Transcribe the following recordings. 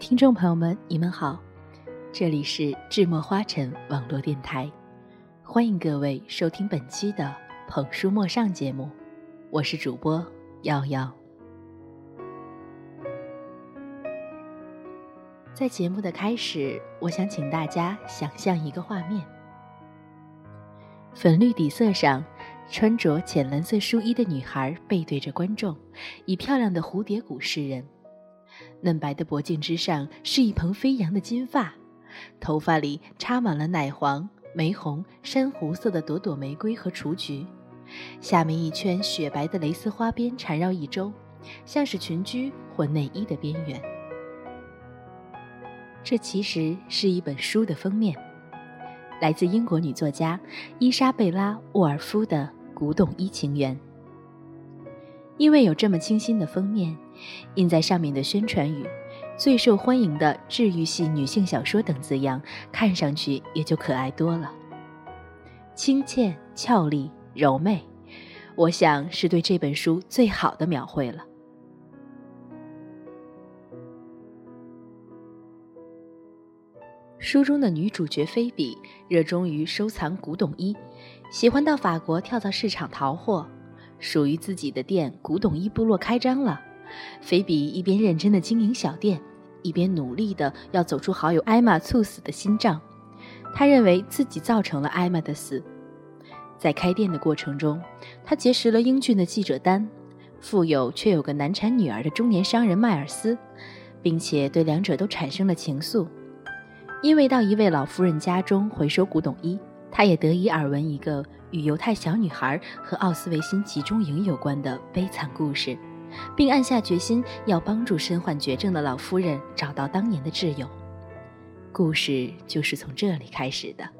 听众朋友们，你们好，这里是智墨花尘网络电台，欢迎各位收听本期的捧书陌上节目，我是主播瑶瑶。在节目的开始，我想请大家想象一个画面，粉绿底色上穿着浅蓝色书衣的女孩背对着观众，以漂亮的蝴蝶骨示人。嫩白的脖颈之上是一蓬飞扬的金发，头发里插满了奶黄、玫红、珊瑚色的朵朵玫瑰和雏菊，下面一圈雪白的蕾丝花边缠绕一周，像是裙裾或内衣的边缘。这其实是一本书的封面，来自英国女作家伊莎贝拉·沃尔夫的《古董伊情缘》。因为有这么清新的封面，印在上面的宣传语最受欢迎的治愈系女性小说等字样，看上去也就可爱多了。亲切、俏丽、柔媚，我想是对这本书最好的描绘了。书中的女主角菲比热衷于收藏古董衣，喜欢到法国跳蚤市场淘货。属于自己的店古董衣部落开张了，菲比一边认真地经营小店，一边努力地要走出好友艾玛猝死的心账。他认为自己造成了艾玛的死。在开店的过程中，他结识了英俊的记者丹，富有却有个难产女儿的中年商人迈尔斯，并且对两者都产生了情愫。因为到一位老夫人家中回收古董衣，他也得以耳闻一个与犹太小女孩和奥斯维辛集中营有关的悲惨故事，并暗下决心要帮助身患绝症的老夫人找到当年的挚友。故事就是从这里开始的。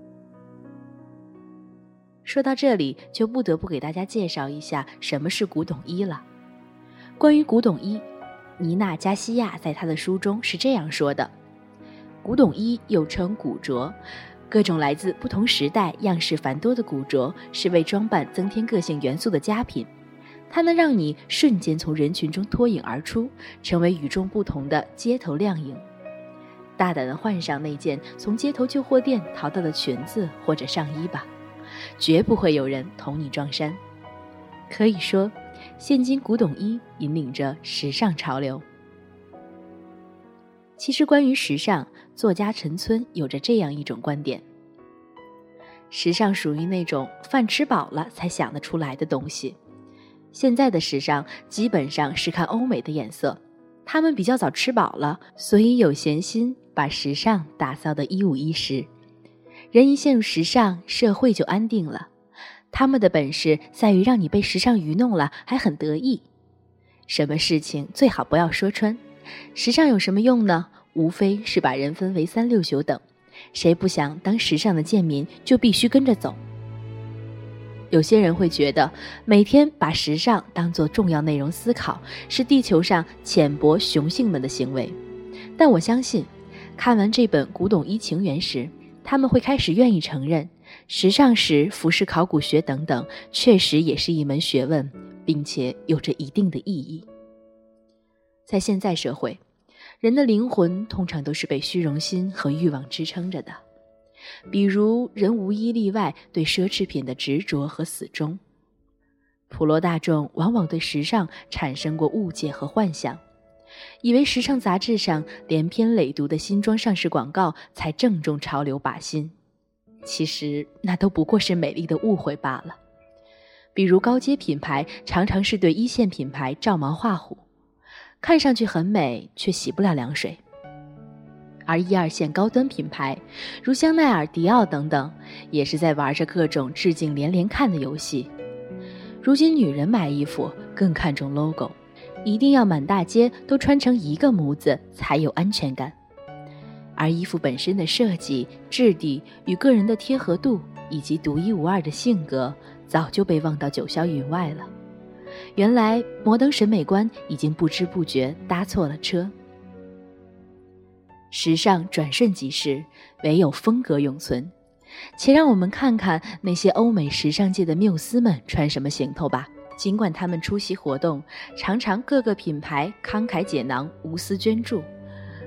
说到这里，就不得不给大家介绍一下什么是古董衣了。关于古董衣，妮娜·加西亚在她的书中是这样说的：古董衣又称古着，各种来自不同时代、样式繁多的古着是为装扮增添个性元素的佳品，它能让你瞬间从人群中脱颖而出，成为与众不同的街头亮影。大胆地换上那件从街头旧货店淘到的裙子或者上衣吧，绝不会有人同你撞衫。可以说，现今古董衣引领着时尚潮流。其实关于时尚，作家陈村有着这样一种观点：时尚属于那种饭吃饱了才想得出来的东西。现在的时尚基本上是看欧美的眼色，他们比较早吃饱了，所以有闲心把时尚打造得一五一十。人一陷入时尚，社会就安定了。他们的本事在于让你被时尚愚弄了还很得意。什么事情最好不要说穿，时尚有什么用呢？无非是把人分为三六九等，谁不想当时尚的贱民就必须跟着走。有些人会觉得每天把时尚当作重要内容思考，是地球上浅薄雄性们的行为。但我相信，看完这本《古董伊情缘》时，他们会开始愿意承认，时尚史、服饰考古学等等确实也是一门学问，并且有着一定的意义。在现在社会，人的灵魂通常都是被虚荣心和欲望支撑着的，比如人无一例外对奢侈品的执着和死忠。普罗大众往往对时尚产生过误解和幻想，以为时尚杂志上连篇累牍的新装上市广告才正中潮流靶心，其实那都不过是美丽的误会罢了。比如高阶品牌常常是对一线品牌照猫画虎，看上去很美，却洗不了凉水。而一二线高端品牌，如香奈儿、迪奥等等，也是在玩着各种致敬连连看的游戏。如今女人买衣服更看重 logo， 一定要满大街都穿成一个模子才有安全感。而衣服本身的设计、质地与个人的贴合度以及独一无二的性格，早就被忘到九霄云外了。原来摩登审美观已经不知不觉搭错了车。时尚转瞬即逝，唯有风格永存。且让我们看看那些欧美时尚界的缪斯们穿什么行头吧。尽管他们出席活动，常常各个品牌慷慨解囊，无私捐助，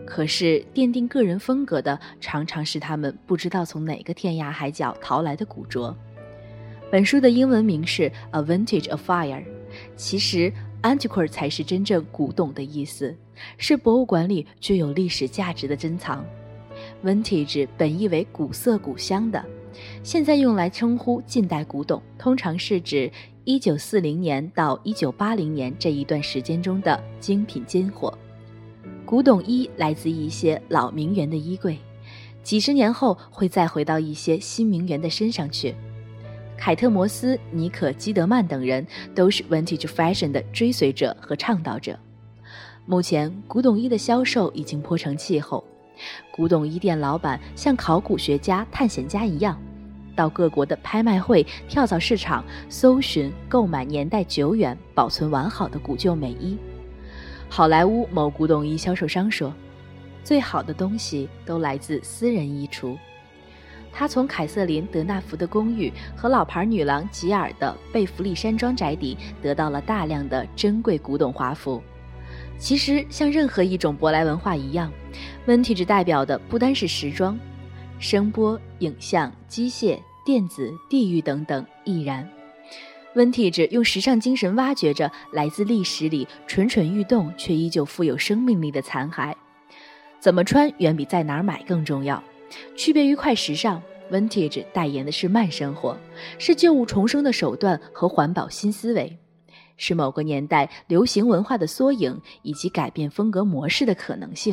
可是奠定个人风格的常常是他们不知道从哪个天涯海角淘来的古着。本书的英文名是 A Vintage Affair， 其实 antiquary 才是真正古董的意思，是博物馆里具有历史价值的珍藏。Vintage 本意为古色古香的，现在用来称呼近代古董，通常是指1940年到1980年这一段时间中的精品尖货。古董衣来自一些老名媛的衣柜，几十年后会再回到一些新名媛的身上去。凯特·摩斯、妮可·基德曼等人都是 Vintage Fashion 的追随者和倡导者。目前古董衣的销售已经颇成气候，古董衣店老板像考古学家、探险家一样，到各国的拍卖会、跳蚤市场搜寻、购买年代久远、保存完好的古旧美衣。好莱坞某古董衣销售商说，最好的东西都来自私人衣橱。他从凯瑟琳·德纳福的公寓和老牌女郎吉尔的贝弗利山庄宅邸得到了大量的珍贵古董华服。其实像任何一种舶来文化一样， Vintage 代表的不单是时装，声波、影像、机械、电子、地域等等亦然。 Vintage 用时尚精神挖掘着来自历史里蠢蠢欲动却依旧富有生命力的残骸。怎么穿远比在哪儿买更重要。区别于快时尚， Vintage 代言的是慢生活，是旧物重生的手段和环保新思维，是某个年代流行文化的缩影以及改变风格模式的可能性。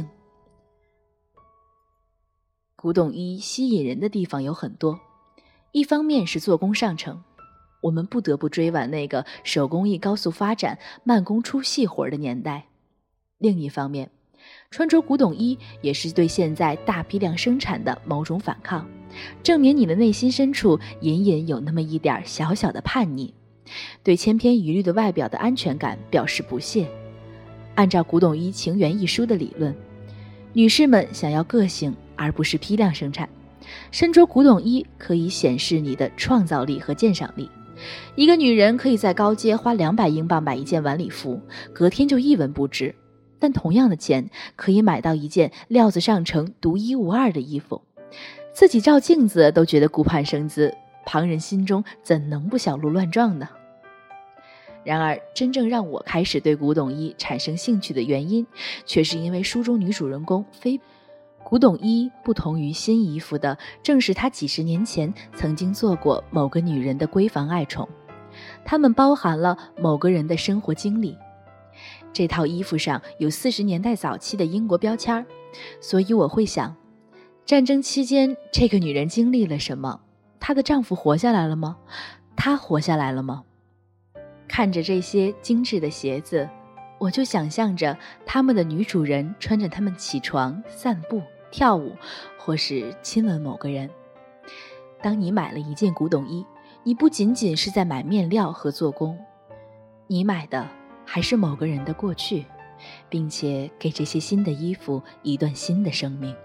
古董衣吸引人的地方有很多，一方面是做工上乘，我们不得不追晚那个手工艺高速发展、慢工出细活的年代。另一方面，穿着古董衣也是对现在大批量生产的某种反抗，证明你的内心深处隐隐有那么一点小小的叛逆，对千篇一律的外表的安全感表示不屑。按照古董衣情缘一书的理论，女士们想要个性而不是批量生产，身着古董衣可以显示你的创造力和鉴赏力。一个女人可以在高街花200英镑买一件晚礼服，隔天就一文不值，但同样的钱可以买到一件料子上乘、独一无二的衣服，自己照镜子都觉得顾盼生姿，旁人心中怎能不小鹿乱撞呢？然而真正让我开始对古董衣产生兴趣的原因，却是因为书中女主人公菲。古董衣不同于新衣服的，正是她几十年前曾经做过某个女人的闺房爱宠，它们包含了某个人的生活经历。这套衣服上有40年代早期的英国标签，所以我会想，战争期间这个女人经历了什么？她的丈夫活下来了吗？她活下来了吗？看着这些精致的鞋子，我就想象着他们的女主人穿着它们起床、散步、跳舞，或是亲吻某个人。当你买了一件古董衣，你不仅仅是在买面料和做工，你买的还是某个人的过去，并且给这些新的衣服一段新的生命。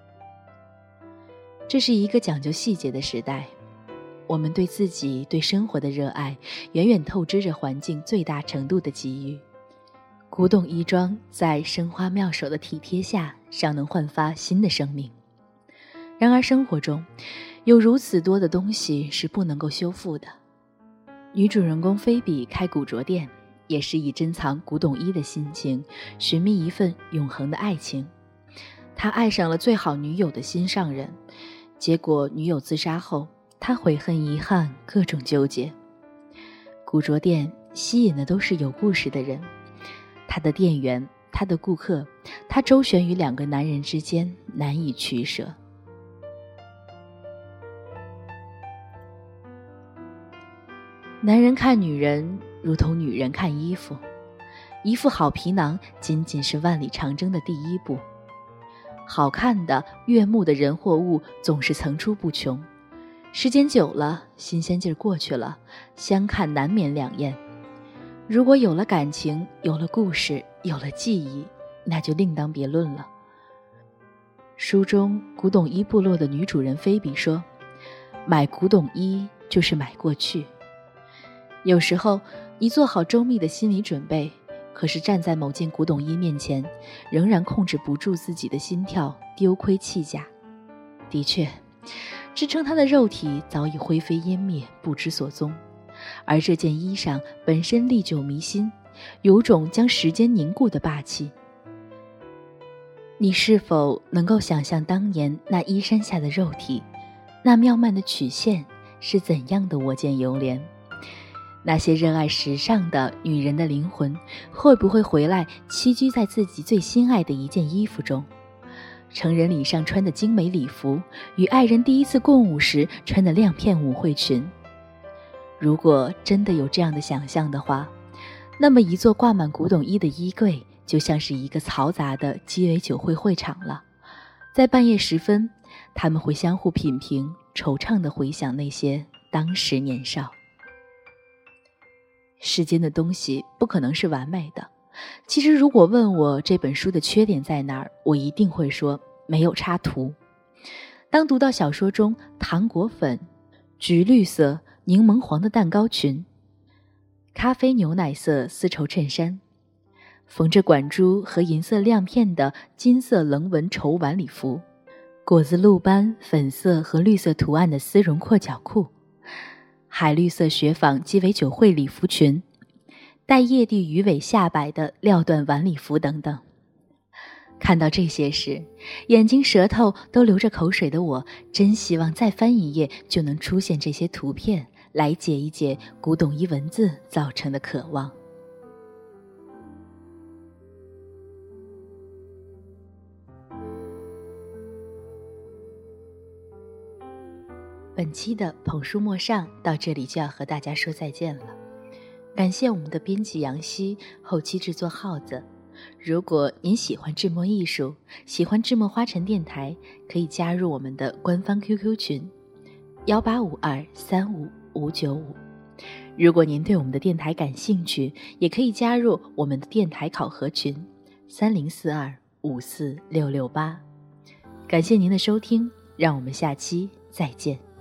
这是一个讲究细节的时代，我们对自己、对生活的热爱远远透支着环境最大程度的给予。古董衣装在生花妙手的体贴下，尚能焕发新的生命。然而生活中有如此多的东西是不能够修复的。女主人公菲比开古着店，也是以珍藏古董衣的心情寻觅一份永恒的爱情。她爱上了最好女友的心上人，结果女友自杀后，她悔恨遗憾，各种纠结。古着店吸引的都是有故事的人，他的店员，他的顾客，他周旋于2个男人之间，难以取舍。男人看女人如同女人看衣服，一副好皮囊仅仅是万里长征的第一步。好看的悦目的人或物总是层出不穷，时间久了，新鲜劲儿过去了，相看难免两厌。如果有了感情，有了故事，有了记忆，那就另当别论了。书中古董衣部落的女主人菲比说，买古董衣就是买过去。有时候你做好周密的心理准备， 可是站在某件古董衣面前，仍然控制不住自己的心跳，丢盔弃甲。的确，支撑他的肉体早已灰飞烟灭，不知所踪，而这件衣裳本身历久弥新，有种将时间凝固的霸气。你是否能够想象当年那衣衫下的肉体，那妙曼的曲线是怎样的我见犹怜？那些热爱时尚的女人的灵魂，会不会回来栖居在自己最心爱的一件衣服中？成人礼上穿的精美礼服，与爱人第一次共舞时穿的亮片舞会裙。如果真的有这样的想象的话，那么一座挂满古董衣的衣柜，就像是一个嘈杂的鸡尾酒会会场了。在半夜时分，他们会相互品评，惆怅地回想那些当时年少。世间的东西不可能是完美的。其实如果问我这本书的缺点在哪儿，我一定会说没有插图。当读到小说中糖果粉、橘绿色、柠檬黄的蛋糕裙、咖啡牛奶色丝绸衬衫、缝着管珠和银色亮片的金色棱纹绸晚礼服、果子鹿斑粉色和绿色图案的丝绒阔脚裤、海绿色雪纺鸡尾酒会礼服裙、带叶地鱼尾下摆的料缎晚礼服等等。看到这些时，眼睛舌头都流着口水的我，真希望再翻一页就能出现这些图片，来解一解古董衣文字造成的渴望。本期的捧书陌上到这里就要和大家说再见了。感谢我们的编辑杨希，后期制作耗子。如果您喜欢志墨艺术，喜欢志墨花城电台，可以加入我们的官方 QQ 群18523559595。如果您对我们的电台感兴趣，也可以加入我们的电台考核群3042546668。感谢您的收听，让我们下期再见。